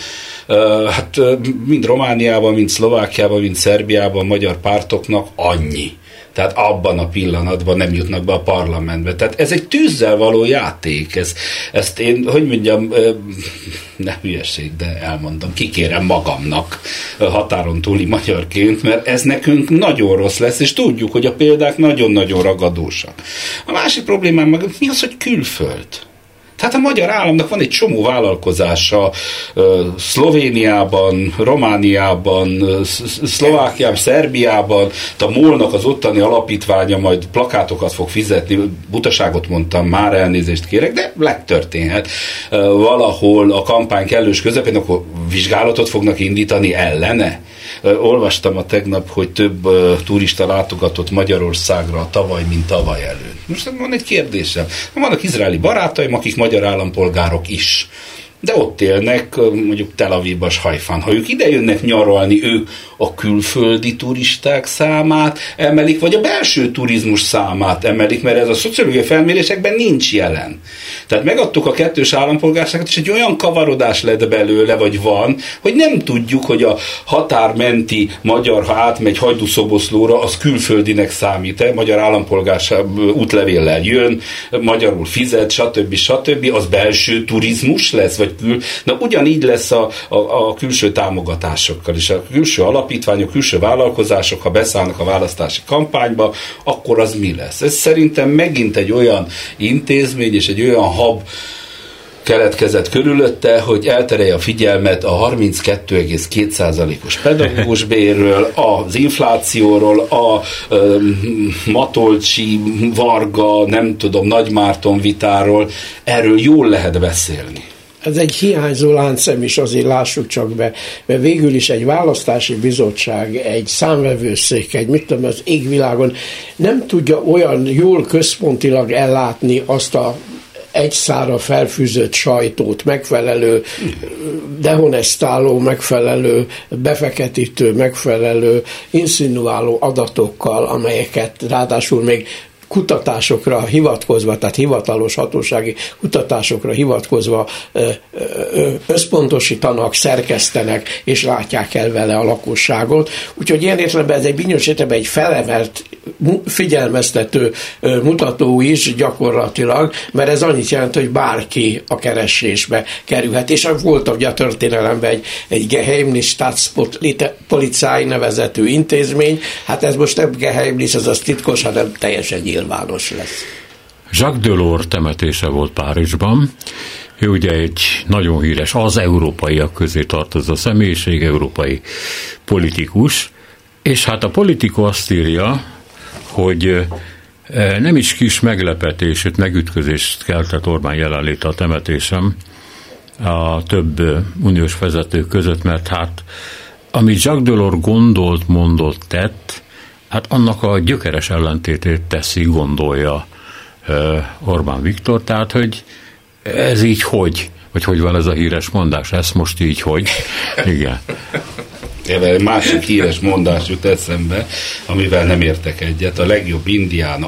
hát mind Romániában, mind Szlovákiában, mind Szerbiában a magyar pártoknak annyi. Tehát abban a pillanatban nem jutnak be a parlamentbe. Tehát ez egy tűzzel való játék. Ezt én, hogy mondjam, nem hülyeség, de elmondom, kikérem magamnak határon túli magyarként, mert ez nekünk nagyon rossz lesz, és tudjuk, hogy a példák nagyon-nagyon ragadósak. A másik problémám meg mi az, hogy külföld? Tehát a magyar államnak van egy csomó vállalkozása Szlovéniában, Romániában, Szlovákiában, Szerbiában, a MOL-nak az ottani alapítványa majd plakátokat fog fizetni, butaságot mondtam, már elnézést kérek, de megtörténhet valahol a kampány kellős közepén, akkor vizsgálatot fognak indítani ellene. Olvastam a tegnap, hogy több turista látogatott Magyarországra tavaly, mint tavaly előtt. Most van egy kérdésem. Vannak izraeli barátaim, akik magyar állampolgárok is. De ott élnek, mondjuk Tel Avivban, Hajfán. Ha ők ide jönnek nyaralni, ők a külföldi turisták számát emelik, vagy a belső turizmus számát emelik, mert ez a szociológiai felmérésekben nincs jelen. Tehát megadtuk a kettős állampolgárságot, és egy olyan kavarodás lett belőle, vagy van, hogy nem tudjuk, hogy a határmenti magyar, ha átmegy Hajdúszoboszlóra, az külföldinek számít-e, magyar állampolgárság útlevéllel jön, magyarul fizet, stb. Az belső turizmus lesz, vagy na ugyanígy lesz a külső támogatásokkal is. A külső alapítványok, külső vállalkozások, ha beszállnak a választási kampányba, akkor az mi lesz? Ez szerintem megint egy olyan intézmény és egy olyan hab keletkezett körülötte, hogy elterelje a figyelmet a 32,2%-os pedagógus bérről, az inflációról, a Matolcsi, Varga, nem tudom, Nagymárton vitáról. Erről jól lehet beszélni. Ez egy hiányzó láncszem is, azért lássuk csak be, mert végül is egy választási bizottság, egy számvevőszék, egy mit tudom, az égvilágon nem tudja olyan jól központilag ellátni azt a egy szára felfűzött sajtót, megfelelő dehonestáló, megfelelő befeketítő, megfelelő insinuáló adatokkal, amelyeket ráadásul még kutatásokra hivatkozva, tehát hivatalos hatósági kutatásokra hivatkozva összpontosítanak, szerkesztenek, és látják el vele a lakosságot. Úgyhogy ilyen értelemben ez egy bizonyos értelemben egy felemelt, figyelmeztető mutató is gyakorlatilag, mert ez annyit jelent, hogy bárki a keresésbe kerülhet. És volt ugye a történelemben egy Geheimnis Staatspolizei nevezetű intézmény, hát ez most nem Geheimnis, ez az titkos, hanem teljesen nyilvános lesz. Jacques Delors temetése volt Párizsban. Ő ugye egy nagyon híres, az európaiak közé tartozó személyiség, európai politikus, és hát a Politico azt írja, hogy nem is kis meglepetését, megütközést keltett Orbán jelenléte a temetésem a több uniós vezetők között, mert hát amit Jacques Delors gondolt, mondott, tett, hát annak a gyökeres ellentétét teszi, gondolja Orbán Viktor, tehát hogy ez így hogy van ez a híres mondás, ez most így hogy, igen. Egy másik híres mondás jut eszembe, amivel nem értek egyet, a legjobb indián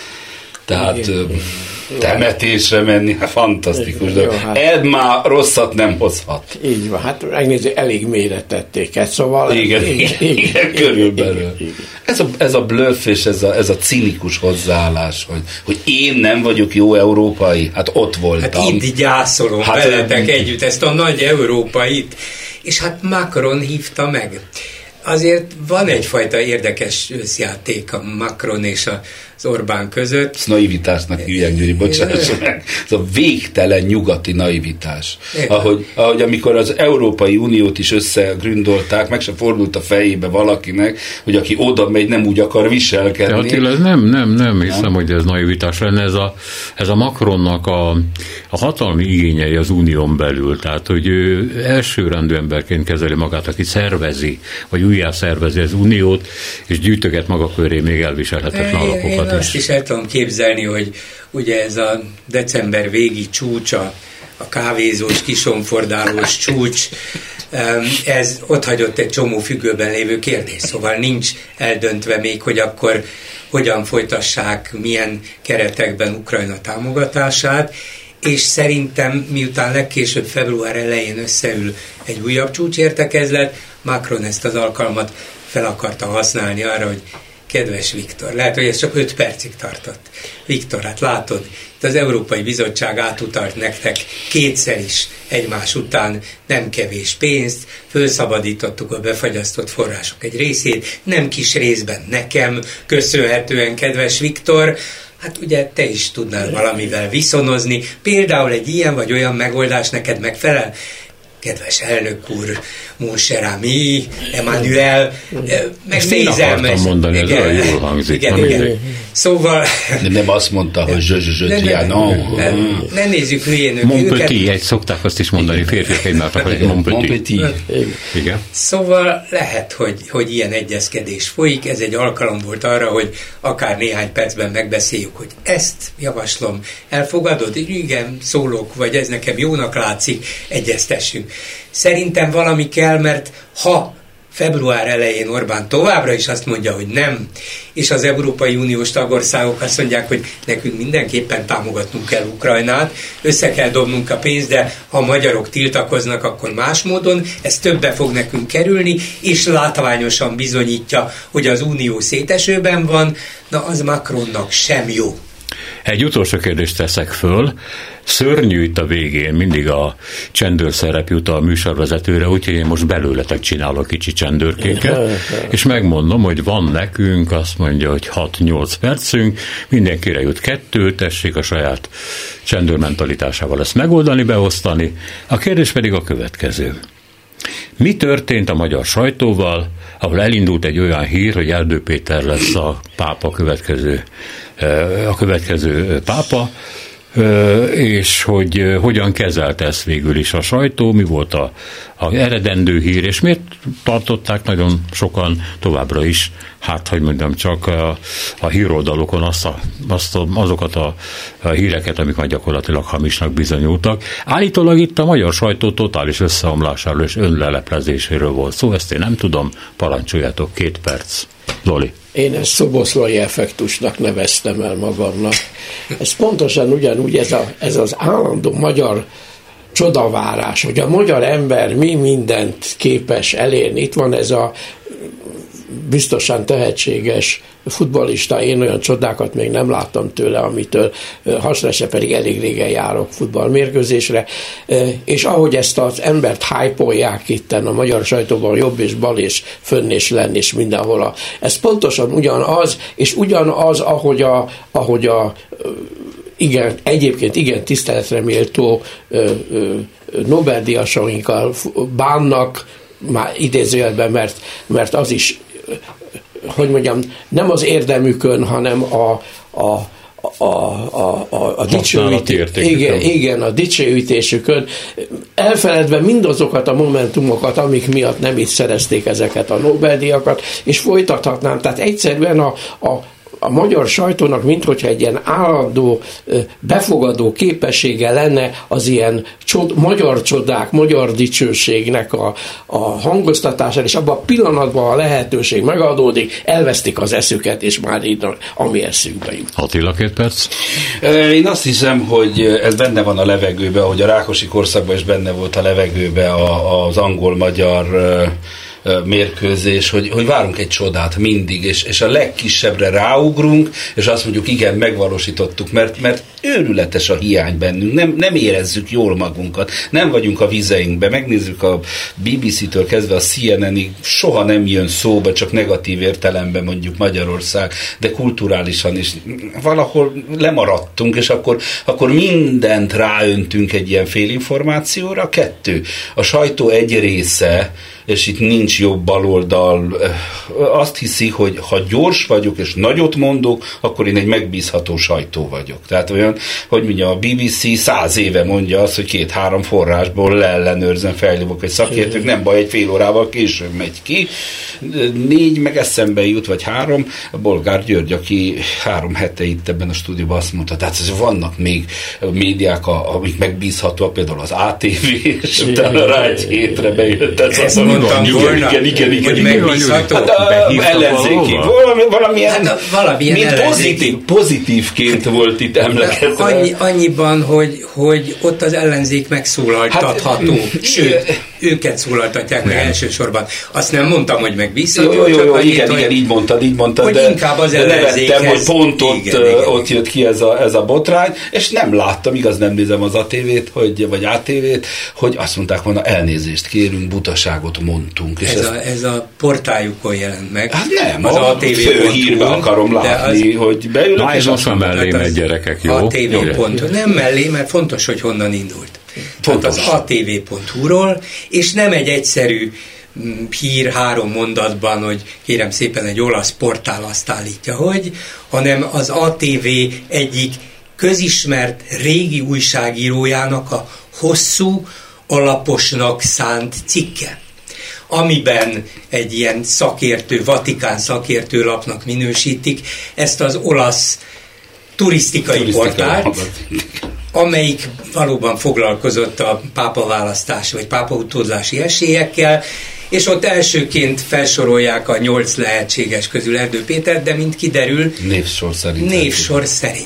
tehát temetésre menni, hát fantasztikus, de ez már rosszat nem hozhat. Így van, hát megnézzük, elég mélyre tették ezt, szóval... Igen, körülbelül. Igen. Ez a bluff és ez a cinikus hozzáállás, hogy én nem vagyok jó európai, hát ott voltam. Hát itt gyászolom veletek együtt ezt a nagy európait, és hát Macron hívta meg. Azért van egyfajta érdekes összjáték a Macron és az Orbán között. Ez naivitásnak hívják, Gyuri, bocsássa meg. Ez a végtelen nyugati naivitás. Ahogy amikor az Európai Uniót is összegründolták, meg sem fordult a fejébe valakinek, hogy aki oda megy, nem úgy akar viselkedni. Tehát nem hiszem, hogy ez naivitás lenne. Ez a Macronnak a hatalmi igényei az unión belül. Tehát, hogy ő elsőrendű emberként kezeli magát, aki szervezi, vagy újjá szervezi az uniót, és gyűjtöget maga köré még elviselhetetlen alapokat. Én azt is el tudom képzelni, hogy ugye ez a december végi csúcs, a kávézós, kisonfordálós csúcs, ez ott hagyott egy csomó függőben lévő kérdés, szóval nincs eldöntve még, hogy akkor hogyan folytassák, milyen keretekben Ukrajna támogatását, és szerintem miután legkésőbb február elején összeül egy újabb csúcsértekezlet, Macron ezt az alkalmat fel akarta használni arra, hogy kedves Viktor, lehet, hogy ez csak 5 percig tartott. Viktor, hát látod, itt az Európai Bizottság átutalt nektek kétszer is egymás után nem kevés pénzt, fölszabadítottuk a befagyasztott források egy részét, nem kis részben nekem köszönhetően, kedves Viktor, hát ugye te is tudnál valamivel viszonozni, például egy ilyen vagy olyan megoldás neked megfelel? Kedves elnök úr, mon cher ami, Emmanuel, megnézem. Ezt mondani, ez olyan jól hangzik. Igen. Szóval... Nem azt mondta, hogy ne nézzük hülyén Mon petit, egy szokták azt is mondani, férfiak egymásnak, hogy mon petit. Igen. Szóval lehet, hogy ilyen egyezkedés folyik, ez egy alkalom volt arra, hogy akár néhány percben megbeszéljük, hogy ezt javaslom, elfogadod? Igen, szólok, vagy ez nekem jónak látszik, egyeztessünk. Szerintem valami kell, mert ha február elején Orbán továbbra is azt mondja, hogy nem, és az Európai Uniós tagországok azt mondják, hogy nekünk mindenképpen támogatnunk kell Ukrajnát, össze kell dobnunk a pénzt, de ha a magyarok tiltakoznak, akkor más módon, ez többe fog nekünk kerülni, és látványosan bizonyítja, hogy az Unió szétesőben van, na az Macronnak sem jó. Egy utolsó kérdést teszek föl. Szörnyű itt a végén, mindig a csendőrszerep jut a műsorvezetőre, úgyhogy én most belőletek csinálok kicsi csendőrkéket, és megmondom, hogy van nekünk, azt mondja, hogy 6-8 percünk, mindenkire jut 2, tessék a saját csendőrmentalitásával ezt megoldani, beosztani. A kérdés pedig a következő. Mi történt a magyar sajtóval, ahol elindult egy olyan hír, hogy Erdő Péter lesz a következő pápa, és hogy hogyan kezelte ezt végül is a sajtó, mi volt a eredendő hír, és miért tartották nagyon sokan továbbra is, hát hogy mondjam csak a híroldalokon azokat a híreket, amik már gyakorlatilag hamisnak bizonyultak. Állítólag itt a magyar sajtó totális összeomlásáról és önleleplezéséről volt szó, ezt én nem tudom, parancsoljátok, 2 perc. Loli. Én ezt szoboszlai effektusnak neveztem el magamnak. Ez pontosan ugyanúgy ez az állandó magyar csodavárás, hogy a magyar ember mi mindent képes elérni. Itt van ez a biztosan tehetséges futballista, én olyan csodákat még nem láttam tőle, amitől hasra se, pedig elég régen járok futballmérkőzésre, és ahogy ezt az embert hype-olják itten a magyar sajtóban, jobb és bal és fönn és lenn és mindenhol. Ez pontosan ugyanaz, és ugyanaz, ahogy a igen, egyébként igen tiszteletre méltó Nobel-díjasainkkal bánnak, már idézőjelben, mert az is, hogy mondjam, nem az érdemükön, hanem a dicsőítésükön, elfeledve mindazokat a momentumokat, amik miatt nem is szerezték ezeket a Nobel-díjakat, és folytathatnám. Tehát egyszerűen a magyar sajtónak, minthogyha egy ilyen állandó befogadó képessége lenne az ilyen magyar csodák, magyar dicsőségnek a hangoztatására, és abban a pillanatban a lehetőség megadódik, elvesztik az eszüket, és már így ami eszükbe jut. Attila, 2 perc. Én azt hiszem, hogy ez benne van a levegőben, ahogy a Rákosi korszakban is benne volt a levegőben az angol-magyar mérkőzés, hogy várunk egy csodát mindig, és a legkisebbre ráugrunk, és azt mondjuk, igen, megvalósítottuk, mert őrületes a hiány bennünk, nem érezzük jól magunkat, nem vagyunk a vizeinkbe, megnézzük a BBC-től kezdve a CNN-ig, soha nem jön szóba, csak negatív értelemben mondjuk Magyarország, de kulturálisan is valahol lemaradtunk, és akkor mindent ráöntünk egy ilyen félinformációra. 2. A sajtó egy része, és itt nincs jobb baloldal, azt hiszi, hogy ha gyors vagyok és nagyot mondok, akkor én egy megbízható sajtó vagyok. Tehát olyan, hogy mondja, a BBC 100 éve mondja azt, hogy 2-3 forrásból leellenőrzem, fejlőbök egy szakértők, nem baj, egy fél órával később megy ki. 4 meg eszembe jut, vagy 3, a Bolgár György, aki 3 hete itt ebben a stúdióban azt mondta, tehát vannak még médiák, amik megbízhatóak, például az ATV, és utána rá egy hétre bejött. Igen, hogy megbízható. Ellenzéki. Valamilyen pozitívként volt itt emlegetve. Annyiban, hogy ott az ellenzék megszólaltatható. Sőt, őket szólaltatják meg elsősorban. Azt nem mondtam, hogy megbízható. Jó, igen, így mondtad, hogy de inkább az ellenzékhez. Nevettem, hogy pont ott jött ki ez a botrány, és nem láttam, igaz, nem nézem az ATV-t, vagy ATV-t, hogy azt mondták volna, elnézést kérünk, butaságot mondtunk. És ez a portájukon jelent meg. Hát nem, az ATV főhírbe akarom látni, hogy beülök, és azt mondom, mellé megy, gyerekek, jó? ATV.hu. Nem mellé, mert fontos, hogy honnan indult. Tehát az atv.hu-ról, és nem egy egyszerű hír 3 mondatban, hogy kérem szépen egy olasz portál azt állítja, hanem az ATV egyik közismert régi újságírójának a hosszú, alaposnak szánt cikke, amiben egy ilyen szakértő, Vatikán szakértő lapnak minősítik ezt az olasz turisztikai portált, amelyik valóban foglalkozott a pápaválasztás vagy pápautódlási esélyekkel, és ott elsőként felsorolják a 8 lehetséges közül Erdő Péter, de mint kiderül, névsor szerint.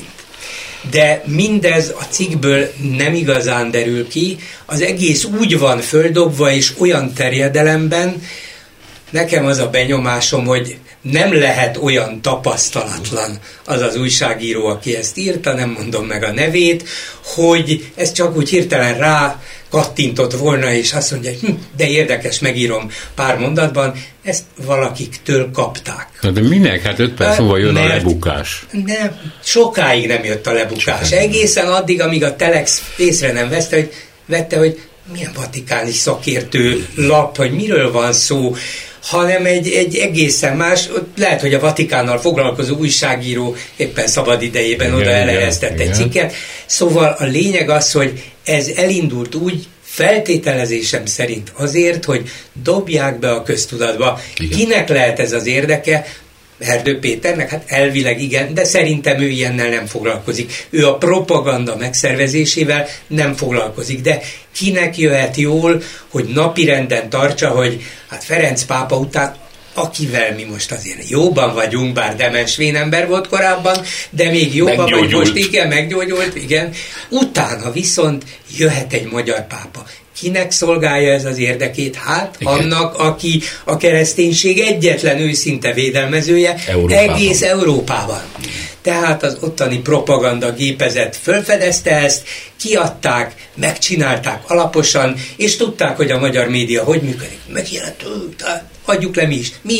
De mindez a cikkből nem igazán derül ki, az egész úgy van földobva és olyan terjedelemben, nekem az a benyomásom, hogy nem lehet olyan tapasztalatlan az az újságíró, aki ezt írta, nem mondom meg a nevét, hogy ez csak úgy hirtelen rá kattintott volna, és azt mondja, hogy de érdekes, megírom pár mondatban, ezt valakiktől kapták. De minek? Hát 5 perc múlva jön a lebukás. Nem, sokáig nem jött a lebukás. Egészen addig, amíg a Telex észre nem vette, hogy milyen vatikáni szakértő lap, hogy miről van szó, hanem egy egészen más, lehet, hogy a Vatikánnal foglalkozó újságíró éppen szabad idejében oda elhelyeztett egy cikket. Szóval a lényeg az, hogy ez elindult úgy, feltételezésem szerint azért, hogy dobják be a köztudatba. Igen. Kinek lehet ez az érdeke? Erdő Péternek? Hát elvileg igen, de szerintem ő ilyennel nem foglalkozik. Ő a propaganda megszervezésével nem foglalkozik, de kinek jöhet jól, hogy napirenden tartsa, hogy hát Ferenc pápa után, akivel mi most azért jóban vagyunk, bár demens vénember volt korábban, de még jóban vagy most, igen, meggyógyult, igen. Utána viszont jöhet egy magyar pápa. Kinek szolgálja ez az érdekét? Hát igen. Annak, aki a kereszténység egyetlen őszinte védelmezője egész Európában. Tehát az ottani propaganda gépezet fölfedezte ezt, kiadták, megcsinálták alaposan, és tudták, hogy a magyar média hogy működik. Megjelent, adjuk le mi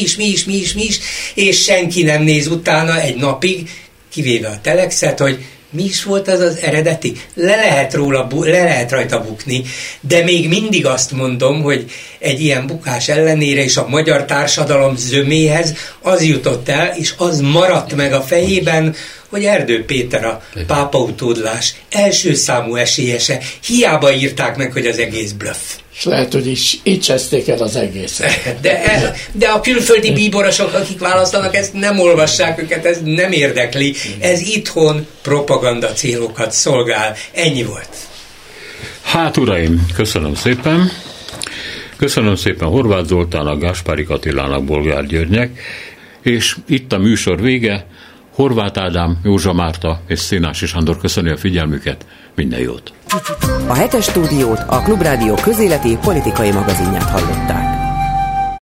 is, és senki nem néz utána egy napig, kivéve a Telexet, hogy mi is volt az az eredeti? Le lehet rajta bukni, de még mindig azt mondom, hogy egy ilyen bukás ellenére is a magyar társadalom zöméhez az jutott el, és az maradt meg a fejében, hogy Erdő Péter a pápautódlás első számú esélyese. Hiába írták meg, hogy az egész bluff. És lehet, hogy így cseszték el az egészet. De a külföldi bíborosok, akik választanak, ezt nem olvassák, őket ez nem érdekli. Ez itthon propaganda célokat szolgál. Ennyi volt. Hát uraim, köszönöm szépen. Köszönöm szépen Horváth Zoltánnak, Gáspárik Attilának, Bolgár Györgynek, és itt a műsor vége. Horváth Ádám, Józsa Márta és Szénási Sándor köszöni a figyelmüket. Minden jót! A Hetes Stúdiót, a Klubrádió közéleti politikai magazinját hallották.